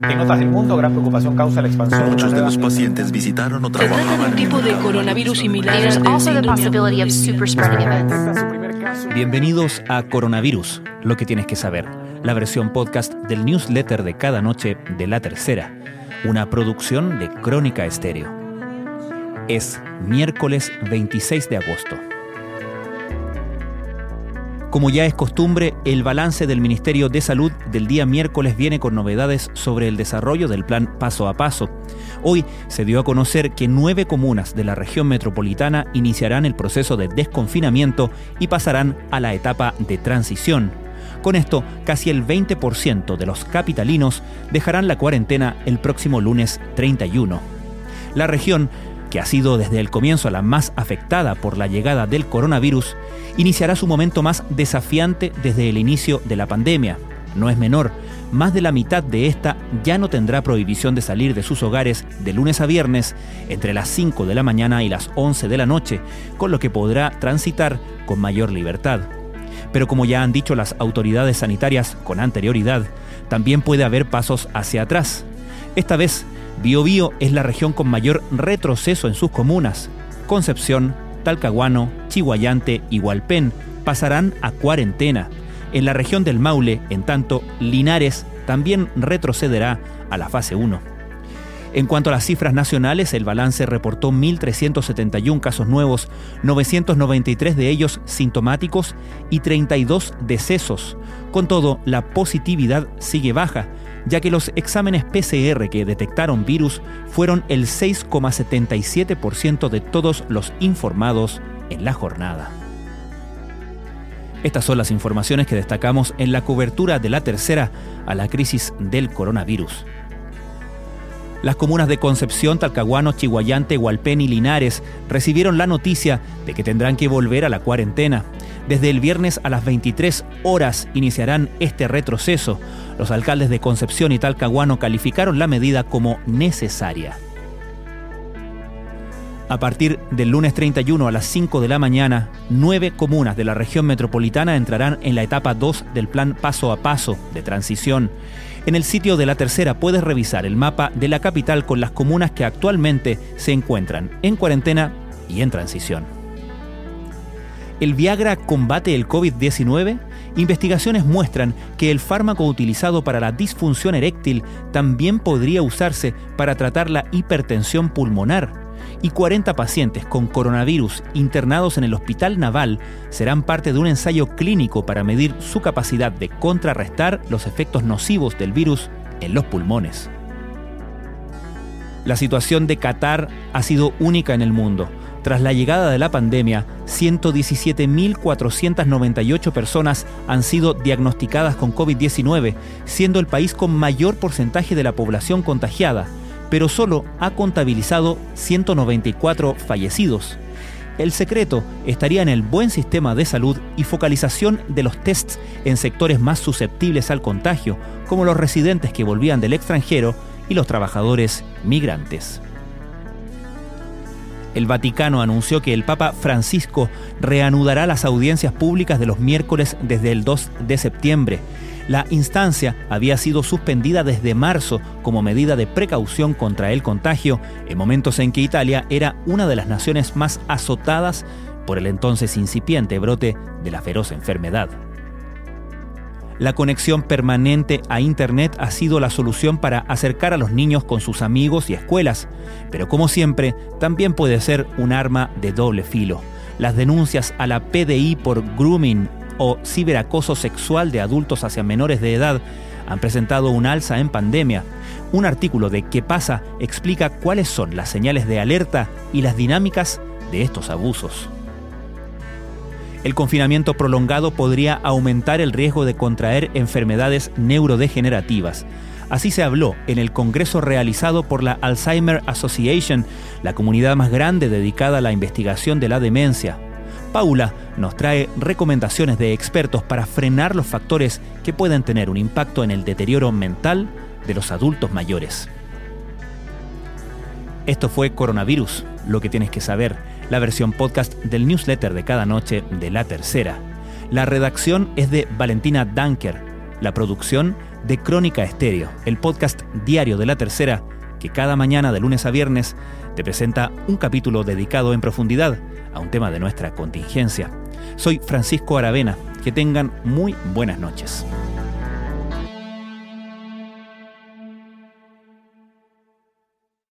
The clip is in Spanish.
En otras del mundo, gran preocupación causa la expansión. Muchos de los pacientes visitaron o Se trata de trabajaban un tipo de coronavirus similar al del also the síndrome possibility of super spreading events. Bienvenidos a Coronavirus, lo que tienes que saber, la versión podcast del newsletter de cada noche de La Tercera, una producción de Crónica Estéreo. Es miércoles 26 de agosto. Como ya es costumbre, el balance del Ministerio de Salud del día miércoles viene con novedades sobre el desarrollo del plan Paso a Paso. Hoy se dio a conocer que 9 comunas de la región metropolitana iniciarán el proceso de desconfinamiento y pasarán a la etapa de transición. Con esto, casi el 20% de los capitalinos dejarán la cuarentena el próximo lunes 31. La región, que ha sido desde el comienzo la más afectada por la llegada del coronavirus, iniciará su momento más desafiante desde el inicio de la pandemia. No es menor, más de la mitad de esta ya no tendrá prohibición de salir de sus hogares de lunes a viernes entre las 5 de la mañana y las 11 de la noche, con lo que podrá transitar con mayor libertad. Pero como ya han dicho las autoridades sanitarias con anterioridad, también puede haber pasos hacia atrás. Esta vez, Biobío es la región con mayor retroceso en sus comunas. Concepción, Talcahuano, Chiguayante y Hualpén pasarán a cuarentena. En la región del Maule, en tanto, Linares también retrocederá a la fase 1. En cuanto a las cifras nacionales, el balance reportó 1.371 casos nuevos, 993 de ellos sintomáticos y 32 decesos. Con todo, la positividad sigue baja, ya que los exámenes PCR que detectaron virus fueron el 6,77% de todos los informados en la jornada. Estas son las informaciones que destacamos en la cobertura de La Tercera a la crisis del coronavirus. Las comunas de Concepción, Talcahuano, Chiguayante, Hualpén y Linares recibieron la noticia de que tendrán que volver a la cuarentena. Desde el viernes a las 23 horas iniciarán este retroceso. Los alcaldes de Concepción y Talcahuano calificaron la medida como necesaria. A partir del lunes 31 a las 5 de la mañana, 9 comunas de la región metropolitana entrarán en la etapa 2 del plan Paso a Paso de transición. En el sitio de La Tercera puedes revisar el mapa de la capital con las comunas que actualmente se encuentran en cuarentena y en transición. ¿El Viagra combate el COVID-19? Investigaciones muestran que el fármaco utilizado para la disfunción eréctil también podría usarse para tratar la hipertensión pulmonar. Y 40 pacientes con coronavirus internados en el Hospital Naval serán parte de un ensayo clínico para medir su capacidad de contrarrestar los efectos nocivos del virus en los pulmones. La situación de Qatar ha sido única en el mundo. Tras la llegada de la pandemia, 117.498 personas han sido diagnosticadas con COVID-19, siendo el país con mayor porcentaje de la población contagiada, pero solo ha contabilizado 194 fallecidos. El secreto estaría en el buen sistema de salud y focalización de los tests en sectores más susceptibles al contagio, como los residentes que volvían del extranjero y los trabajadores migrantes. El Vaticano anunció que el Papa Francisco reanudará las audiencias públicas de los miércoles desde el 2 de septiembre. La instancia había sido suspendida desde marzo como medida de precaución contra el contagio, en momentos en que Italia era una de las naciones más azotadas por el entonces incipiente brote de la feroz enfermedad. La conexión permanente a Internet ha sido la solución para acercar a los niños con sus amigos y escuelas, pero como siempre, también puede ser un arma de doble filo. Las denuncias a la PDI por grooming o ciberacoso sexual de adultos hacia menores de edad han presentado un alza en pandemia. Un artículo de ¿Qué pasa? Explica cuáles son las señales de alerta y las dinámicas de estos abusos. El confinamiento prolongado podría aumentar el riesgo de contraer enfermedades neurodegenerativas. Así se habló en el congreso realizado por la Alzheimer Association, la comunidad más grande dedicada a la investigación de la demencia. Paula nos trae recomendaciones de expertos para frenar los factores que pueden tener un impacto en el deterioro mental de los adultos mayores. Esto fue Coronavirus, lo que tienes que saber, la versión podcast del newsletter de cada noche de La Tercera. La redacción es de Valentina Danker, la producción de Crónica Estéreo, el podcast diario de La Tercera, que cada mañana de lunes a viernes te presenta un capítulo dedicado en profundidad a un tema de nuestra contingencia. Soy Francisco Aravena. Que tengan muy buenas noches.